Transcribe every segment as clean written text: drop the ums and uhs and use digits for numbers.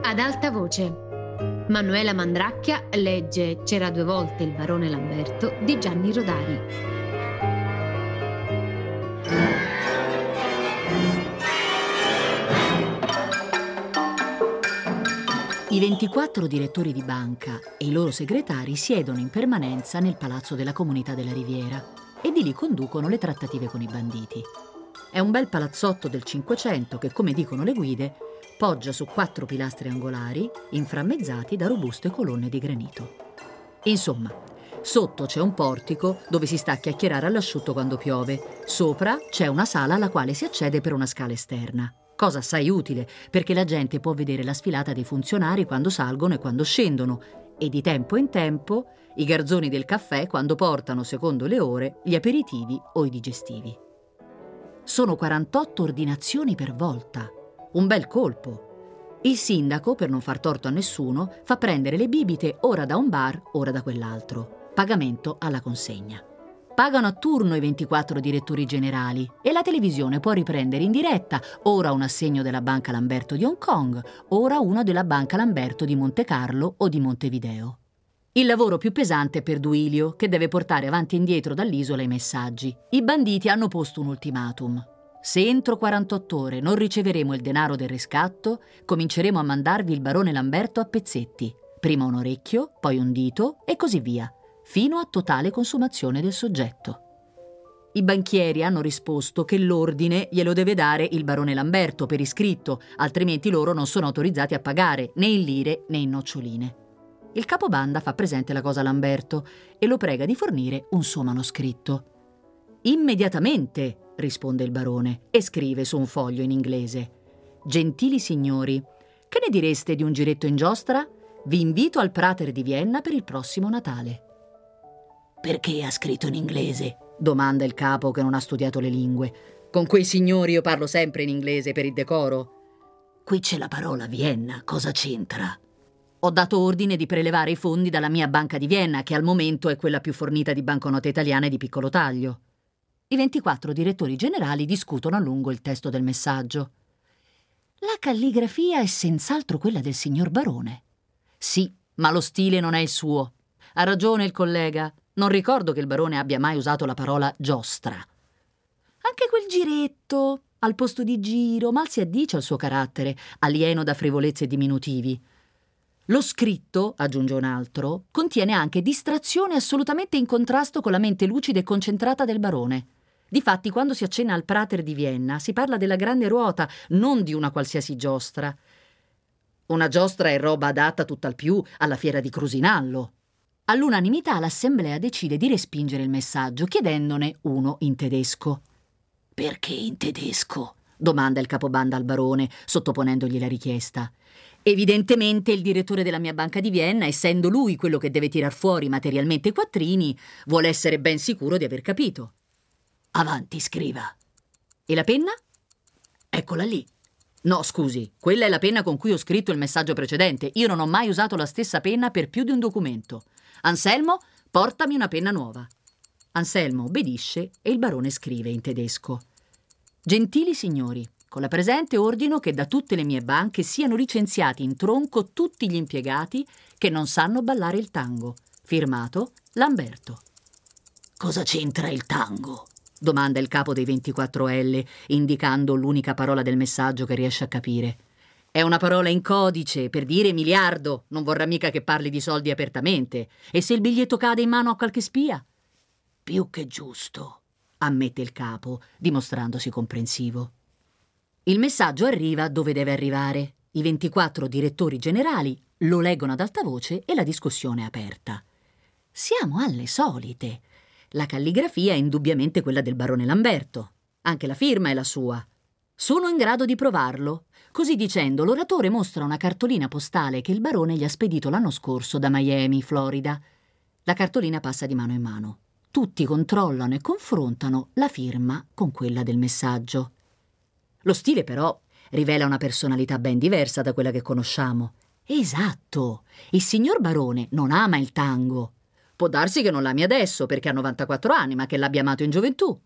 Ad alta voce. Manuela Mandracchia legge C'era due volte il barone Lamberto di Gianni Rodari. I 24 direttori di banca e i loro segretari siedono in permanenza nel Palazzo della Comunità della Riviera e di lì conducono le trattative con i banditi. È un bel palazzotto del Cinquecento che, come dicono le guide, poggia su 4 pilastri angolari inframmezzati da robuste colonne di granito. Insomma, sotto c'è un portico dove si sta a chiacchierare all'asciutto quando piove. Sopra c'è una sala alla quale si accede per una scala esterna. Cosa assai utile, perché la gente può vedere la sfilata dei funzionari quando salgono e quando scendono, e di tempo in tempo i garzoni del caffè quando portano, secondo le ore, gli aperitivi o i digestivi. Sono 48 ordinazioni per volta. Un bel colpo. Il sindaco, per non far torto a nessuno, fa prendere le bibite ora da un bar, ora da quell'altro. Pagamento alla consegna. Pagano a turno i 24 direttori generali e la televisione può riprendere in diretta ora un assegno della Banca Lamberto di Hong Kong, ora uno della Banca Lamberto di Monte Carlo o di Montevideo. Il lavoro più pesante è per Duilio, che deve portare avanti e indietro dall'isola i messaggi. I banditi hanno posto un ultimatum. Se entro 48 ore non riceveremo il denaro del riscatto, cominceremo a mandarvi il barone Lamberto a pezzetti. Prima un orecchio, poi un dito e così via, fino a totale consumazione del soggetto. I banchieri hanno risposto che l'ordine glielo deve dare il barone Lamberto per iscritto, altrimenti loro non sono autorizzati a pagare né in lire né in noccioline. Il capobanda fa presente la cosa a Lamberto e lo prega di fornire un suo manoscritto. «Immediatamente», risponde il barone e scrive su un foglio in inglese: «Gentili signori, che ne direste di un giretto in giostra? Vi invito al Prater di Vienna per il prossimo Natale». «Perché ha scritto in inglese?» domanda il capo che non ha studiato le lingue. «Con quei signori io parlo sempre in inglese per il decoro». «Qui c'è la parola Vienna, cosa c'entra?» «Ho dato ordine di prelevare i fondi dalla mia banca di Vienna, che al momento è quella più fornita di banconote italiane di piccolo taglio». I 24 direttori generali discutono a lungo il testo del messaggio. «La calligrafia è senz'altro quella del signor barone». «Sì, ma lo stile non è il suo. Ha ragione il collega. Non ricordo che il barone abbia mai usato la parola giostra». «Anche quel giretto, al posto di giro, mal si addice al suo carattere, alieno da frivolezze e diminutivi. Lo scritto», aggiunge un altro, «contiene anche distrazione assolutamente in contrasto con la mente lucida e concentrata del barone. Difatti, quando si accenna al Prater di Vienna, si parla della grande ruota, non di una qualsiasi giostra. Una giostra è roba adatta tutt'al più alla fiera di Crusinallo». All'unanimità l'assemblea decide di respingere il messaggio, chiedendone uno in tedesco. «Perché in tedesco?» domanda il capobanda al barone, sottoponendogli la richiesta. «Evidentemente il direttore della mia banca di Vienna, essendo lui quello che deve tirar fuori materialmente i quattrini, vuole essere ben sicuro di aver capito». «Avanti, scriva». «E la penna?» «Eccola lì». «No, scusi, quella è la penna con cui ho scritto il messaggio precedente. Io non ho mai usato la stessa penna per più di un documento. Anselmo, portami una penna nuova». Anselmo obbedisce e il barone scrive in tedesco: «Gentili signori, con la presente ordino che da tutte le mie banche siano licenziati in tronco tutti gli impiegati che non sanno ballare il tango. Firmato Lamberto». «Cosa c'entra il tango?» domanda il capo dei 24L, indicando l'unica parola del messaggio che riesce a capire. «È una parola in codice per dire miliardo, non vorrà mica che parli di soldi apertamente. E se il biglietto cade in mano a qualche spia?» «Più che giusto», ammette il capo, dimostrandosi comprensivo. Il messaggio arriva dove deve arrivare. I 24 direttori generali lo leggono ad alta voce e la discussione è aperta. Siamo alle solite. La calligrafia è indubbiamente quella del barone Lamberto. Anche la firma è la sua. Sono in grado di provarlo. Così dicendo, l'oratore mostra una cartolina postale che il barone gli ha spedito l'anno scorso da Miami, Florida. La cartolina passa di mano in mano. Tutti controllano e confrontano la firma con quella del messaggio. Lo stile, però, rivela una personalità ben diversa da quella che conosciamo. Esatto, il signor barone non ama il tango. Può darsi che non l'ami adesso perché ha 94 anni, ma che l'abbia amato in gioventù.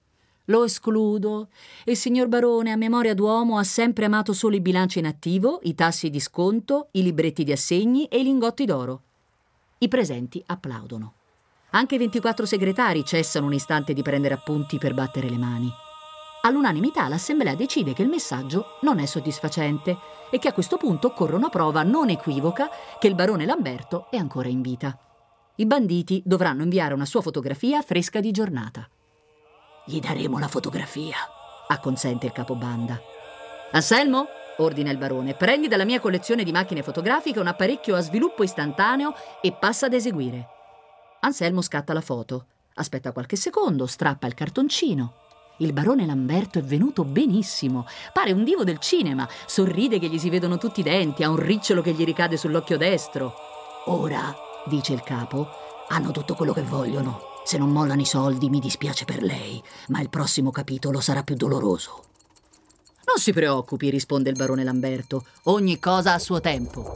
Lo escludo. Il signor barone, a memoria d'uomo, ha sempre amato solo i bilanci in attivo, i tassi di sconto, i libretti di assegni e i lingotti d'oro. I presenti applaudono. Anche i 24 segretari cessano un istante di prendere appunti per battere le mani. All'unanimità l'assemblea decide che il messaggio non è soddisfacente e che a questo punto occorre una prova non equivoca che il barone Lamberto è ancora in vita. I banditi dovranno inviare una sua fotografia fresca di giornata. «Gli daremo la fotografia», acconsente il capobanda. «Anselmo», ordina il barone, «prendi dalla mia collezione di macchine fotografiche un apparecchio a sviluppo istantaneo e passa ad eseguire». Anselmo scatta la foto, aspetta qualche secondo, strappa il cartoncino. Il barone Lamberto è venuto benissimo, pare un divo del cinema, sorride che gli si vedono tutti i denti, ha un ricciolo che gli ricade sull'occhio destro. «Ora», dice il capo, «hanno tutto quello che vogliono. Se non mollano i soldi mi dispiace per lei, ma il prossimo capitolo sarà più doloroso». «Non si preoccupi», risponde il barone Lamberto, «ogni cosa a suo tempo».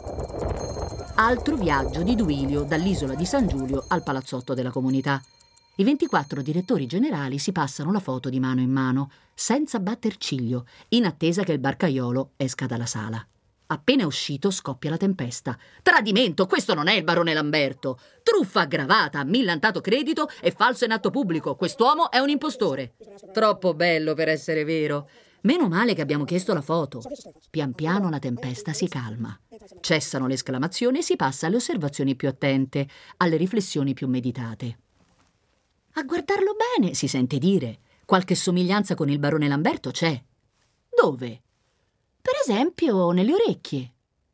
Altro viaggio di Duilio dall'isola di San Giulio al palazzotto della comunità. I 24 direttori generali si passano la foto di mano in mano, senza batter ciglio, in attesa che il barcaiolo esca dalla sala. Appena uscito scoppia la tempesta. «Tradimento! Questo non è il barone Lamberto! Truffa aggravata, millantato credito e falso in atto pubblico! Quest'uomo è un impostore!» Troppo bello per essere vero. Meno male che abbiamo chiesto la foto. Pian piano la tempesta si calma. Cessano le esclamazioni e si passa alle osservazioni più attente, alle riflessioni più meditate. «A guardarlo bene», si sente dire, «qualche somiglianza con il barone Lamberto c'è». «Dove?» «Per esempio, nelle orecchie».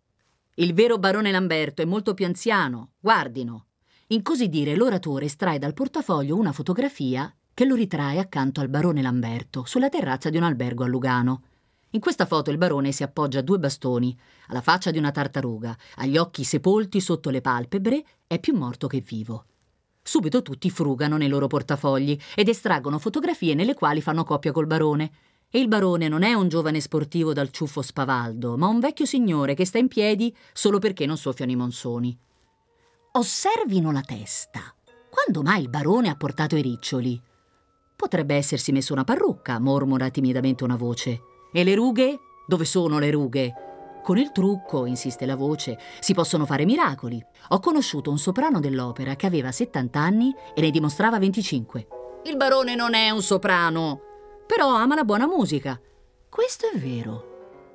«Il vero barone Lamberto è molto più anziano, guardino». In così dire l'oratore estrae dal portafoglio una fotografia che lo ritrae accanto al barone Lamberto, sulla terrazza di un albergo a Lugano. In questa foto il barone si appoggia a 2 bastoni, ha la faccia di una tartaruga, ha gli occhi sepolti sotto le palpebre, è più morto che vivo. Subito tutti frugano nei loro portafogli ed estraggono fotografie nelle quali fanno coppia col barone. E il barone non è un giovane sportivo dal ciuffo spavaldo, ma un vecchio signore che sta in piedi solo perché non soffiano i monsoni. Osservino la testa. Quando mai il barone ha portato i riccioli? Potrebbe essersi messo una parrucca, mormora timidamente una voce. E le rughe? Dove sono le rughe? Con il trucco, insiste la voce, si possono fare miracoli. Ho conosciuto un soprano dell'opera che aveva 70 anni e ne dimostrava 25. Il barone non è un soprano, però ama la buona musica. Questo è vero.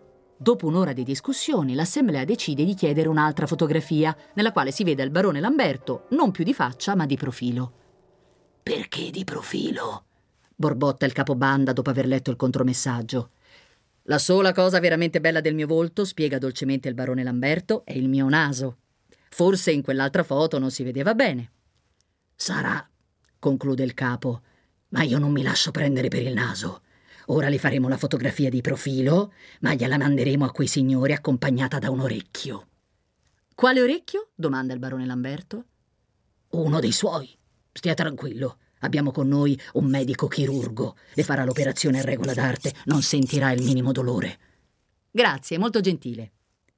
Dopo un'ora di discussioni, l'assemblea decide di chiedere un'altra fotografia, nella quale si vede il barone Lamberto non più di faccia, ma di profilo. «Perché di profilo?» borbotta il capobanda dopo aver letto il contromessaggio. «La sola cosa veramente bella del mio volto», spiega dolcemente il barone Lamberto, «è il mio naso. Forse in quell'altra foto non si vedeva bene». «Sarà», conclude il capo, «ma io non mi lascio prendere per il naso. Ora le faremo la fotografia di profilo, ma gliela manderemo a quei signori accompagnata da un orecchio». «Quale orecchio?» domanda il barone Lamberto. «Uno dei suoi. Stia tranquillo. Abbiamo con noi un medico chirurgo. Le farà l'operazione a regola d'arte. Non sentirà il minimo dolore». «Grazie, molto gentile».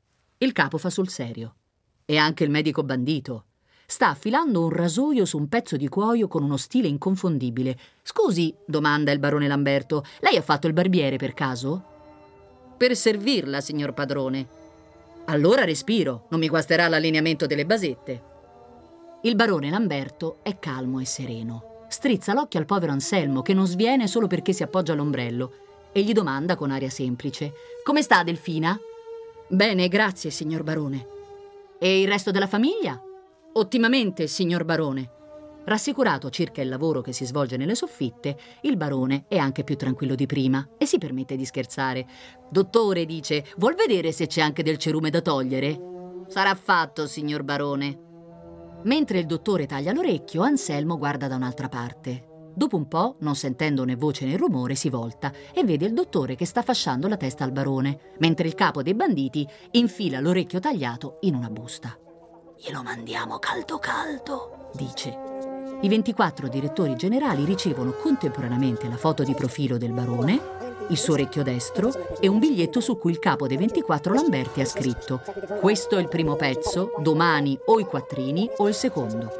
Il capo fa sul serio. E anche il medico bandito. Sta affilando un rasoio su un pezzo di cuoio con uno stile inconfondibile. «Scusi», domanda il barone Lamberto, «lei ha fatto il barbiere per caso?» «Per servirla, signor padrone». «Allora respiro, non mi guasterà l'allineamento delle basette». Il barone Lamberto è calmo e sereno. Strizza l'occhio al povero Anselmo, che non sviene solo perché si appoggia all'ombrello, e gli domanda con aria semplice: «Come sta, Delfina?» «Bene, grazie, signor barone». «E il resto della famiglia?» «Ottimamente, signor barone». Rassicurato circa il lavoro che si svolge nelle soffitte, il barone è anche più tranquillo di prima e si permette di scherzare. «Dottore», dice, «vuol vedere se c'è anche del cerume da togliere?» «Sarà fatto, signor barone». Mentre il dottore taglia l'orecchio, Anselmo guarda da un'altra parte. Dopo un po', non sentendo né voce né rumore, si volta e vede il dottore che sta fasciando la testa al barone, mentre il capo dei banditi infila l'orecchio tagliato in una busta. «Glielo mandiamo caldo caldo», dice. I 24 direttori generali ricevono contemporaneamente la foto di profilo del barone, il suo orecchio destro e un biglietto su cui il capo dei 24 Lamberti ha scritto: «Questo è il primo pezzo, domani o i quattrini o il secondo».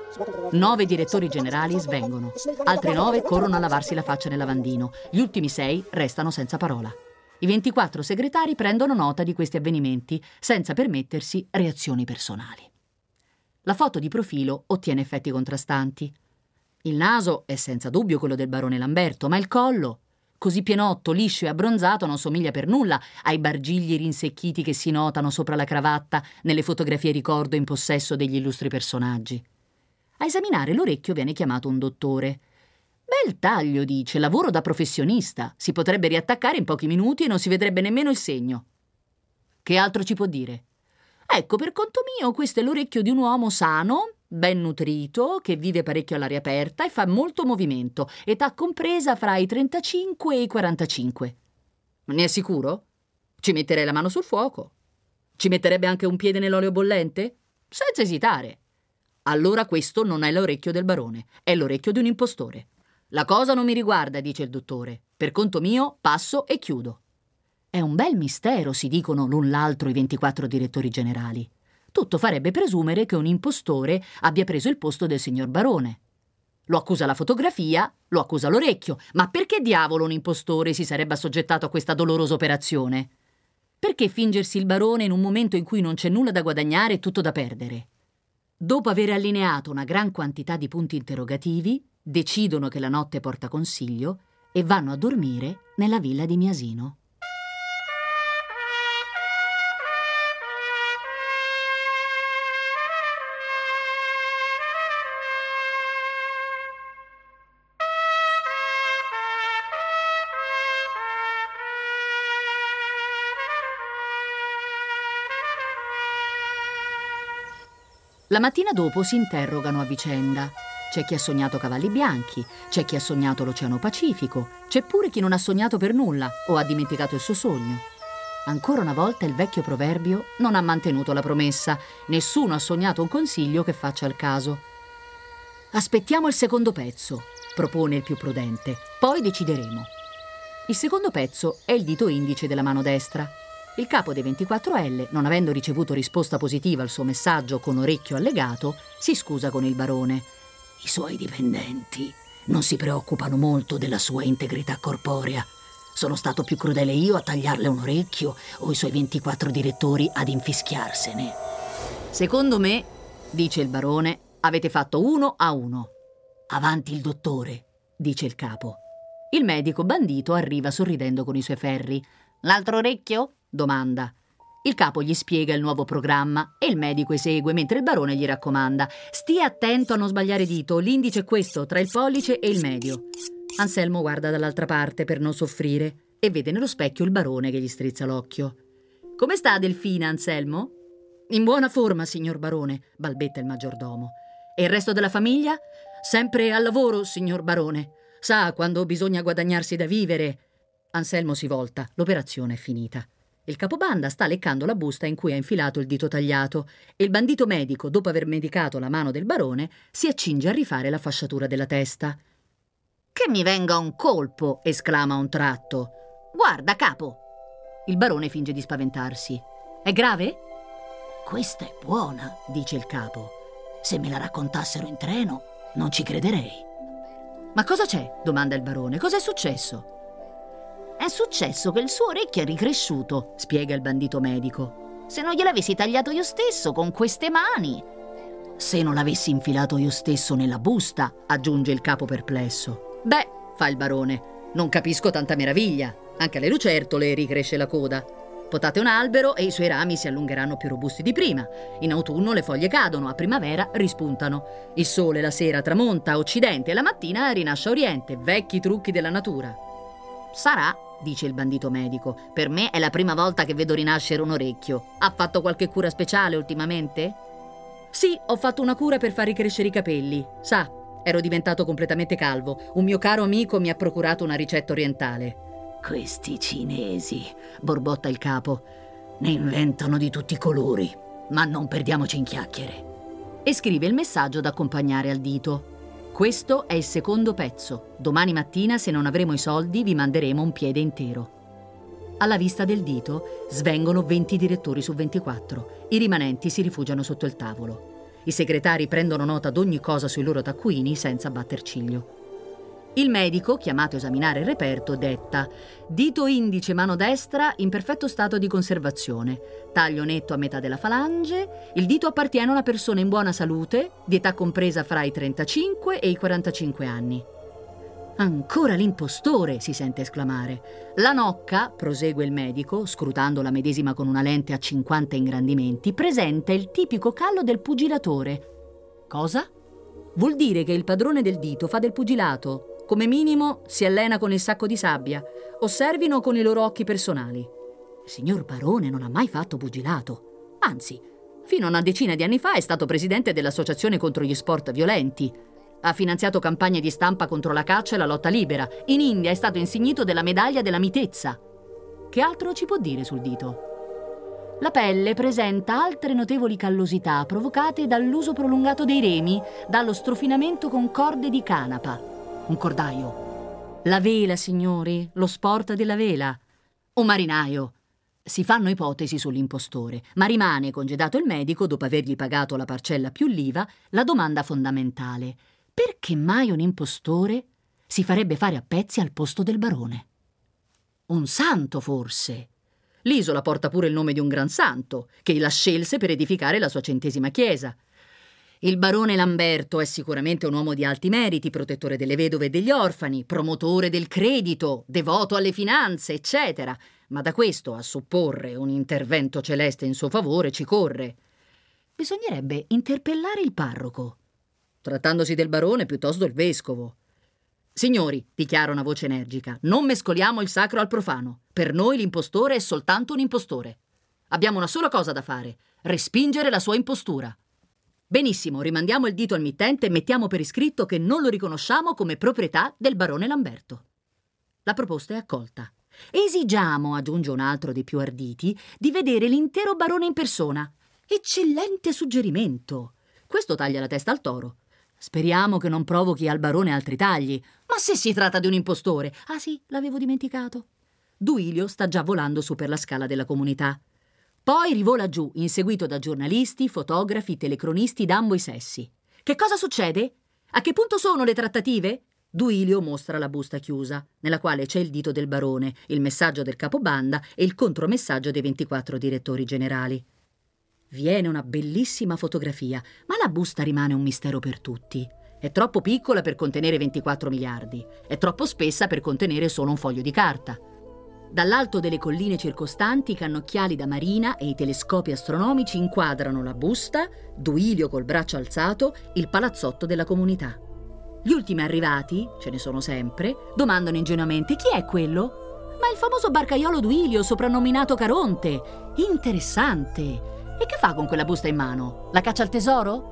9 direttori generali svengono. Altri 9 corrono a lavarsi la faccia nel lavandino. Gli ultimi 6 restano senza parola. I 24 segretari prendono nota di questi avvenimenti senza permettersi reazioni personali. La foto di profilo ottiene effetti contrastanti. Il naso è senza dubbio quello del barone Lamberto, ma il collo, così pienotto, liscio e abbronzato, non somiglia per nulla ai bargigli rinsecchiti che si notano sopra la cravatta nelle fotografie ricordo in possesso degli illustri personaggi. A esaminare l'orecchio viene chiamato un dottore. Bel taglio, dice, lavoro da professionista. Si potrebbe riattaccare in pochi minuti e non si vedrebbe nemmeno il segno. Che altro ci può dire? Ecco, per conto mio, questo è l'orecchio di un uomo sano, ben nutrito, che vive parecchio all'aria aperta e fa molto movimento, età compresa fra i 35 e i 45. Ne è sicuro? Ci metterei la mano sul fuoco. Ci metterebbe anche un piede nell'olio bollente? Senza esitare. Allora questo non è l'orecchio del barone, è l'orecchio di un impostore. La cosa non mi riguarda, dice il dottore. Per conto mio, passo e chiudo. È un bel mistero, si dicono l'un l'altro i 24 direttori generali. Tutto farebbe presumere che un impostore abbia preso il posto del signor barone. Lo accusa la fotografia, lo accusa l'orecchio. Ma perché diavolo un impostore si sarebbe assoggettato a questa dolorosa operazione? Perché fingersi il barone in un momento in cui non c'è nulla da guadagnare e tutto da perdere? Dopo aver allineato una gran quantità di punti interrogativi, decidono che la notte porta consiglio e vanno a dormire nella villa di Miasino. La mattina dopo si interrogano a vicenda. C'è chi ha sognato cavalli bianchi, c'è chi ha sognato l'Oceano Pacifico, c'è pure chi non ha sognato per nulla o ha dimenticato il suo sogno. Ancora una volta il vecchio proverbio non ha mantenuto la promessa. Nessuno ha sognato un consiglio che faccia al caso. Aspettiamo il secondo pezzo, propone il più prudente, poi decideremo. Il secondo pezzo è il dito indice della mano destra. Il capo dei 24L, non avendo ricevuto risposta positiva al suo messaggio con orecchio allegato, si scusa con il barone. I suoi dipendenti non si preoccupano molto della sua integrità corporea. Sono stato più crudele io a tagliarle un orecchio o i suoi 24 direttori ad infischiarsene? Secondo me, dice il barone, avete fatto 1-1. Avanti il dottore, dice il capo. Il medico bandito arriva sorridendo con i suoi ferri. L'altro orecchio? Domanda. Il capo gli spiega il nuovo programma e il medico esegue mentre il barone gli raccomanda: stia attento a non sbagliare dito, l'indice è questo, tra il pollice e il medio. Anselmo guarda dall'altra parte per non soffrire e vede nello specchio il barone che gli strizza l'occhio. Come sta Delfina, Anselmo? In buona forma, signor barone, balbetta il maggiordomo. E il resto della famiglia? Sempre al lavoro, signor barone. Sa, quando bisogna guadagnarsi da vivere. Anselmo si volta, l'operazione è finita. Il capobanda sta leccando la busta in cui ha infilato il dito tagliato e il bandito medico, dopo aver medicato la mano del barone, si accinge a rifare la fasciatura della testa. «Che mi venga un colpo!» esclama a un tratto. «Guarda, capo!» Il barone finge di spaventarsi. «È grave?» «Questa è buona», dice il capo. «Se me la raccontassero in treno, non ci crederei». «Ma cosa c'è?» domanda il barone. «Cos'è successo?» «È successo che il suo orecchio è ricresciuto», spiega il bandito medico. «Se non gliel'avessi tagliato io stesso con queste mani». «Se non l'avessi infilato io stesso nella busta», aggiunge il capo perplesso. «Beh», fa il barone, «non capisco tanta meraviglia. Anche alle lucertole ricresce la coda. Potate un albero e i suoi rami si allungheranno più robusti di prima. In autunno le foglie cadono, a primavera rispuntano. Il sole la sera tramonta a occidente e la mattina rinasce a oriente. Vecchi trucchi della natura». «Sarà», dice il bandito medico. «Per me è la prima volta che vedo rinascere un orecchio. Ha fatto qualche cura speciale ultimamente?» «Sì, ho fatto una cura per far ricrescere i capelli. Sa, ero diventato completamente calvo. Un mio caro amico mi ha procurato una ricetta orientale». «Questi cinesi», borbotta il capo, «ne inventano di tutti i colori. Ma non perdiamoci in chiacchiere». E scrive il messaggio da accompagnare al dito. «Questo è il secondo pezzo. Domani mattina, se non avremo i soldi, vi manderemo un piede intero». Alla vista del dito svengono 20 direttori su 24. I rimanenti si rifugiano sotto il tavolo. I segretari prendono nota d'ogni cosa sui loro taccuini senza batter ciglio. Il medico, chiamato a esaminare il reperto, detta: dito indice mano destra in perfetto stato di conservazione, taglio netto a metà della falange, il dito appartiene a una persona in buona salute, di età compresa fra i 35 e i 45 anni. Ancora l'impostore, si sente esclamare. La nocca, prosegue il medico, scrutando la medesima con una lente a 50 ingrandimenti, presenta il tipico callo del pugilatore. Cosa? Vuol dire che il padrone del dito fa del pugilato. Come minimo si allena con il sacco di sabbia. Osservino con i loro occhi personali. Il signor barone non ha mai fatto pugilato. Anzi, fino a una decina di anni fa è stato presidente dell'Associazione contro gli sport violenti. Ha finanziato campagne di stampa contro la caccia e la lotta libera. In India è stato insignito della medaglia della mitezza. Che altro ci può dire sul dito? La pelle presenta altre notevoli callosità provocate dall'uso prolungato dei remi, dallo strofinamento con corde di canapa. Un cordaio. La vela, signori, lo sport della vela. Un marinaio. Si fanno ipotesi sull'impostore, ma rimane, congedato il medico, dopo avergli pagato la parcella più l'IVA, la domanda fondamentale: perché mai un impostore si farebbe fare a pezzi al posto del barone? Un santo, forse? L'isola porta pure il nome di un gran santo, che la scelse per edificare la sua 100ª chiesa. Il barone Lamberto è sicuramente un uomo di alti meriti, protettore delle vedove e degli orfani, promotore del credito, devoto alle finanze, eccetera. Ma da questo a supporre un intervento celeste in suo favore ci corre. Bisognerebbe interpellare il parroco. Trattandosi del barone, piuttosto il vescovo. Signori, dichiara una voce energica, non mescoliamo il sacro al profano. Per noi l'impostore è soltanto un impostore. Abbiamo una sola cosa da fare: respingere la sua impostura. Benissimo, rimandiamo il dito al mittente e mettiamo per iscritto che non lo riconosciamo come proprietà del barone Lamberto. La proposta è accolta. Esigiamo, aggiunge un altro dei più arditi, di vedere l'intero barone in persona. Eccellente suggerimento. Questo taglia la testa al toro. Speriamo che non provochi al barone altri tagli. Ma se si tratta di un impostore? Ah sì, l'avevo dimenticato. Duilio sta già volando su per la scala della comunità. Poi rivola giù, inseguito da giornalisti, fotografi, telecronisti d'ambo i sessi. Che cosa succede? A che punto sono le trattative? Duilio mostra la busta chiusa, nella quale c'è il dito del barone, il messaggio del capobanda e il contromessaggio dei 24 direttori generali. Viene una bellissima fotografia, ma la busta rimane un mistero per tutti. È troppo piccola per contenere 24 miliardi, è troppo spessa per contenere solo un foglio di carta. Dall'alto delle colline circostanti i cannocchiali da marina e i telescopi astronomici inquadrano la busta, Duilio col braccio alzato, il palazzotto della comunità. Gli ultimi arrivati, ce ne sono sempre, domandano ingenuamente: chi è quello? Ma il famoso barcaiolo Duilio, soprannominato Caronte. Interessante. E che fa con quella busta in mano? La caccia al tesoro?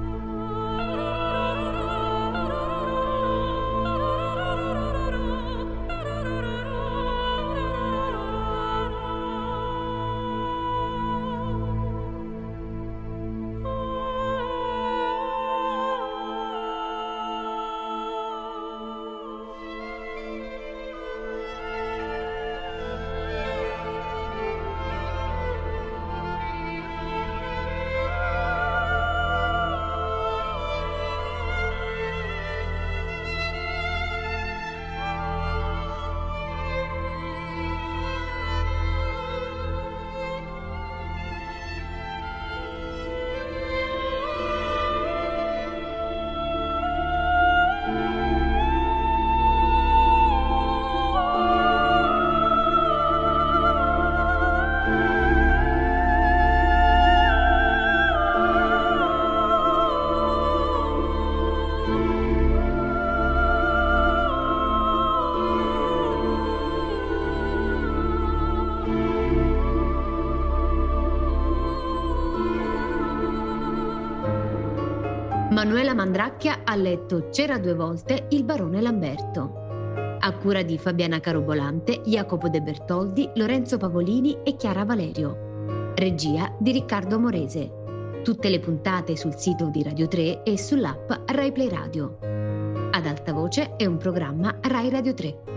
Manuela Mandracchia ha letto C'era due volte il barone Lamberto. A cura di Fabiana Carobolante, Jacopo De Bertoldi, Lorenzo Pavolini e Chiara Valerio. Regia di Riccardo Morese. Tutte le puntate sul sito di Radio 3 e sull'app Rai Play Radio. Ad alta voce è un programma Rai Radio 3.